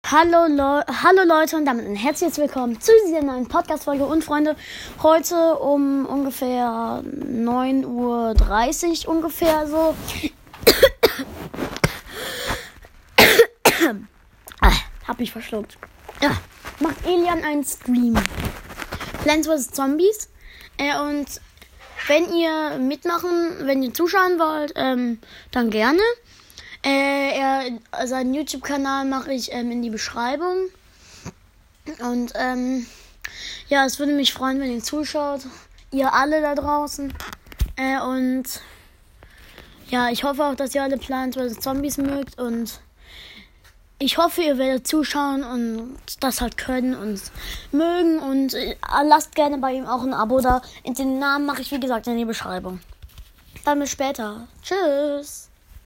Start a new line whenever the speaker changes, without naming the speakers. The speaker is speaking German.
Hallo Leute und damit ein herzliches Willkommen zu dieser neuen Podcast-Folge. Und Freunde, heute um ungefähr 9:30 Uhr ungefähr so. Hab mich verschluckt. Ja, macht Elian einen Stream. Plants vs. Zombies. Und wenn ihr wenn ihr zuschauen wollt, dann gerne. Seinen YouTube-Kanal mache ich in die Beschreibung. Und ja, es würde mich freuen, wenn ihr zuschaut. Ihr alle da draußen. Und ja, ich hoffe auch, dass ihr alle Plants vs. Zombies mögt. Und ich hoffe, ihr werdet zuschauen und das halt können und mögen. Und lasst gerne bei ihm auch ein Abo da. Den Namen mache ich, wie gesagt, in die Beschreibung. Dann bis später. Tschüss.